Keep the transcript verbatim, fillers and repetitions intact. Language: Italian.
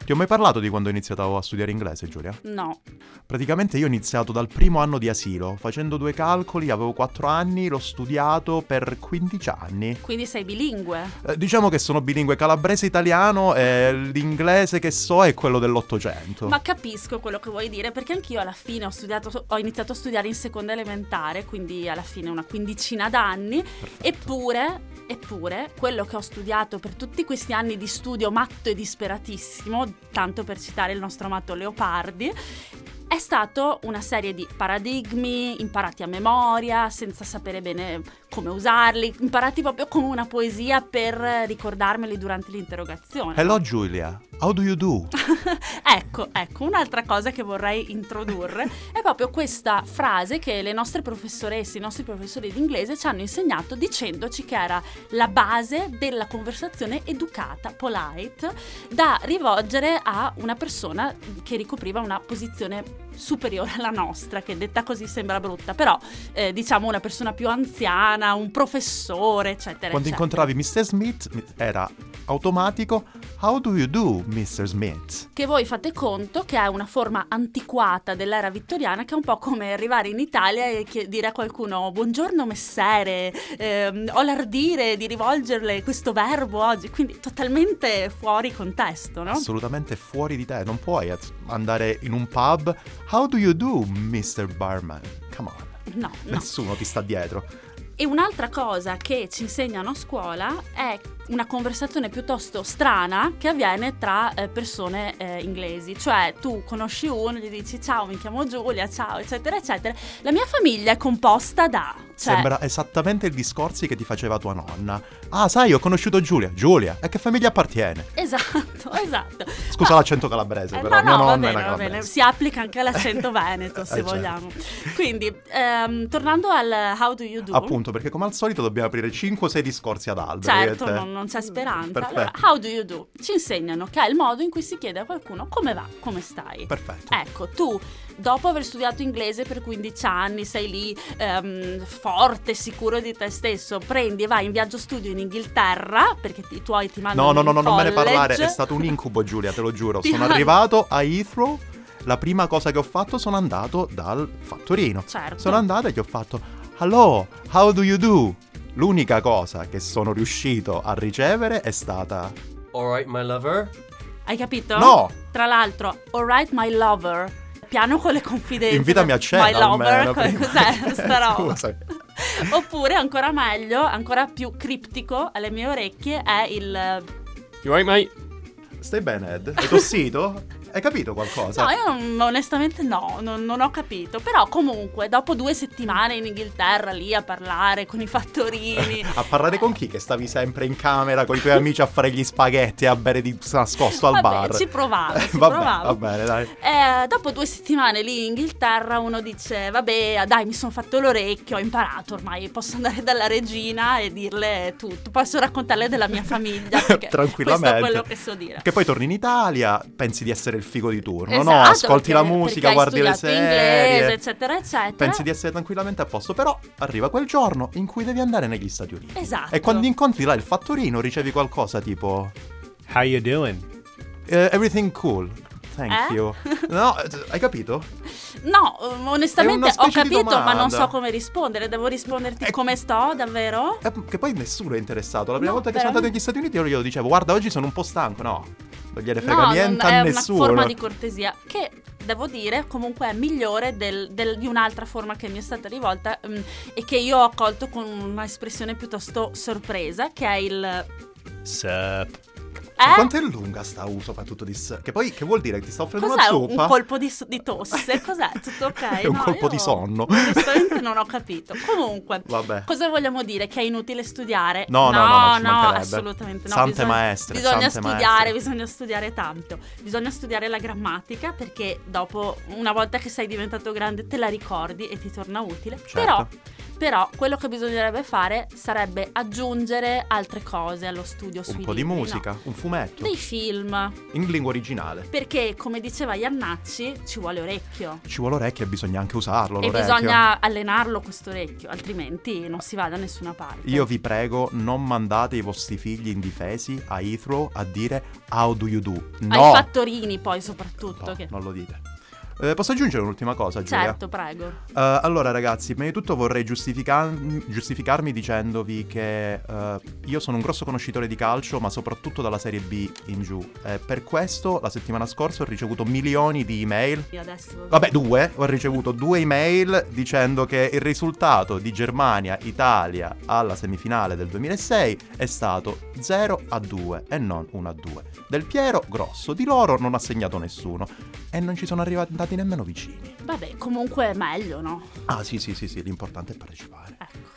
Ti ho mai parlato di quando ho iniziato a studiare inglese, Giulia? No. Praticamente io ho iniziato dal primo anno di asilo, facendo due calcoli, avevo quattro anni, l'ho studiato per quindici anni. Quindi sei bilingue? Eh, diciamo che sono bilingue calabrese-italiano e l'inglese che so è quello dell'Ottocento. Ma capisco quello che vuoi dire, perché anch'io alla fine ho studiato, ho iniziato a studiare in seconda elementare, quindi alla fine una quindicina d'anni. Perfetto. Eppure, eppure, quello che ho studiato per tutti questi anni di studio matto e disperatissimo, tanto per citare il nostro amato Leopardi, è stato una serie di paradigmi imparati a memoria, senza sapere bene come usarli, imparati proprio come una poesia per ricordarmeli durante l'interrogazione. Hello Giulia, how do you do? Ecco, ecco, un'altra cosa che vorrei introdurre è proprio questa frase che le nostre professoresse, i nostri professori di inglese ci hanno insegnato dicendoci che era la base della conversazione educata, polite, da rivolgere a una persona che ricopriva una posizione superiore alla nostra, che detta così sembra brutta, però eh, diciamo una persona più anziana, un professore, eccetera. Quando eccetera. incontravi mister Smith era automatico how do you do, mister Smith? Che voi fate conto che è una forma antiquata dell'era vittoriana, che è un po' come arrivare in Italia e chied- dire a qualcuno buongiorno messere, ehm, ho l'ardire di rivolgerle questo verbo oggi, quindi totalmente fuori contesto, no? Assolutamente fuori di te, non puoi andare in un pub how do you do, mister Barman? Come on, No, no. nessuno ti sta dietro. E un'altra cosa che ci insegnano a scuola è una conversazione piuttosto strana che avviene tra eh, persone eh, inglesi. Cioè tu conosci uno, gli dici ciao, mi chiamo Giulia, ciao, eccetera, eccetera. La mia famiglia è composta da... Cioè... Sembra esattamente il discorsi che ti faceva tua nonna. Ah, sai, ho conosciuto Giulia. Giulia, a che famiglia appartiene? Esatto, esatto. Scusa No, l'accento calabrese, eh, però no, mia no, nonna va è bene, una va calabrese. bene. Si applica anche all'accento veneto, se Eh, certo. vogliamo. Quindi, ehm, tornando al how do you do? Appunto, perché come al solito dobbiamo aprire cinque o sei discorsi ad albero. Certo, io e te. non, non c'è speranza. Perfetto. Allora, how do you do? Ci insegnano che è il modo in cui si chiede a qualcuno come va, come stai. Perfetto. Ecco, tu, dopo aver studiato inglese per quindici anni, sei lì ehm, forte, sicuro di te stesso, prendi e vai in viaggio studio in Inghilterra, perché i tuoi ti mandano No, no, no, in no, non me ne college. parlare, è stato un incubo, Giulia, te lo giuro. Ti Sono man- arrivato a Heathrow, la prima cosa che ho fatto sono andato dal fattorino. Certo. Sono andato e gli ho fatto hello, how do you do? L'unica cosa che sono riuscito a ricevere è stata Alright, my lover. Hai capito? No! Tra l'altro, alright my lover, piano con le confidenze. invitami a cena My lover, almeno co- prima. cos'è sta roba? Scusa. Oppure, ancora meglio, ancora più criptico alle mie orecchie, è il... You alright, mate? Stai bene, Ed? Hai tossito? Hai capito qualcosa? No, io non- onestamente no, non, non ho capito. Però comunque, dopo due settimane in Inghilterra, lì a parlare con i fattorini... A parlare con chi? Che stavi sempre in camera con i tuoi amici a fare gli spaghetti e a bere di nascosto al Vabbè, bar. ci provavo, ci Vabbè, provavo. va bene, dai. Eh, dopo due settimane lì in Inghilterra uno dice vabbè dai mi sono fatto l'orecchio, ho imparato ormai, posso andare dalla regina e dirle tutto, posso raccontarle della mia famiglia perché Tranquillamente. questo è quello che so dire. Che poi torni in Italia, pensi di essere il figo di turno, Esatto, no? Ascolti la perché- musica, perché guardi hai le studiato serie, inglese, eccetera, eccetera. pensi di essere tranquillamente a posto, però arriva quel giorno in cui devi andare negli Stati Uniti. Esatto. E quando incontri là il fattorino ricevi qualcosa tipo How you doing? eh, everything cool. Thank Eh? you. No, eh, hai capito? No, onestamente È una ho specie di capito, ma non domanda. so come rispondere. Devo risponderti Eh, come sto, davvero? Eh, che poi nessuno è interessato. La prima No, volta che sono veramente. andato negli Stati Uniti io glielo dicevo guarda oggi sono un po' stanco. No, non gliene frega No, niente non- a è nessuno. una forma di cortesia che devo dire comunque è migliore del- del- di un'altra forma che mi è stata rivolta mm, e che io ho accolto con un'espressione piuttosto sorpresa, che è il Sup? eh? Quanto è lunga sta U soprattutto di s- che poi che vuol dire che ti sta offrendo Cos'è una un, zuppa? un colpo di, s- di tosse? Cos'è? Tutto ok? È un No, colpo io di sonno. Onestamente non ho capito. Comunque, Vabbè. cosa vogliamo dire? Che è inutile studiare? No, no, no, no, ci mancherebbe. assolutamente no. Sante bisogna, maestre, Bisogna sante studiare, maestre. bisogna studiare tanto. Bisogna studiare la grammatica perché dopo, una volta che sei diventato grande, te la ricordi e ti torna utile. Certo. Però Però quello che bisognerebbe fare sarebbe aggiungere altre cose allo studio sui Un po' di libri, musica, no? un fumetto. Dei film, In lingua originale. perché come diceva Iannacci ci vuole orecchio. Ci vuole orecchio e bisogna anche usarlo, E l'orecchio. bisogna allenarlo questo orecchio, altrimenti non si va da nessuna parte. Io vi prego, non mandate i vostri figli indifesi a Heathrow a dire how do you do. No! Ai fattorini poi soprattutto. No, che... non lo dite. Eh, posso aggiungere un'ultima cosa, Giulia? Certo, prego. Uh, allora ragazzi, prima di tutto vorrei giustifica- giustificarmi dicendovi che uh, io sono un grosso conoscitore di calcio, ma soprattutto dalla Serie B in giù. E per questo la settimana scorsa ho ricevuto milioni di email. Io adesso... Vabbè, due. Ho ricevuto due email dicendo che il risultato di Germania-Italia alla semifinale del duemilasei è stato zero a due e non uno a due. Del Piero grosso, di loro non ha segnato nessuno e non ci sono arrivati nemmeno vicini. Vabbè, comunque è meglio, no? Ah sì sì sì sì, l'importante è partecipare. Ecco.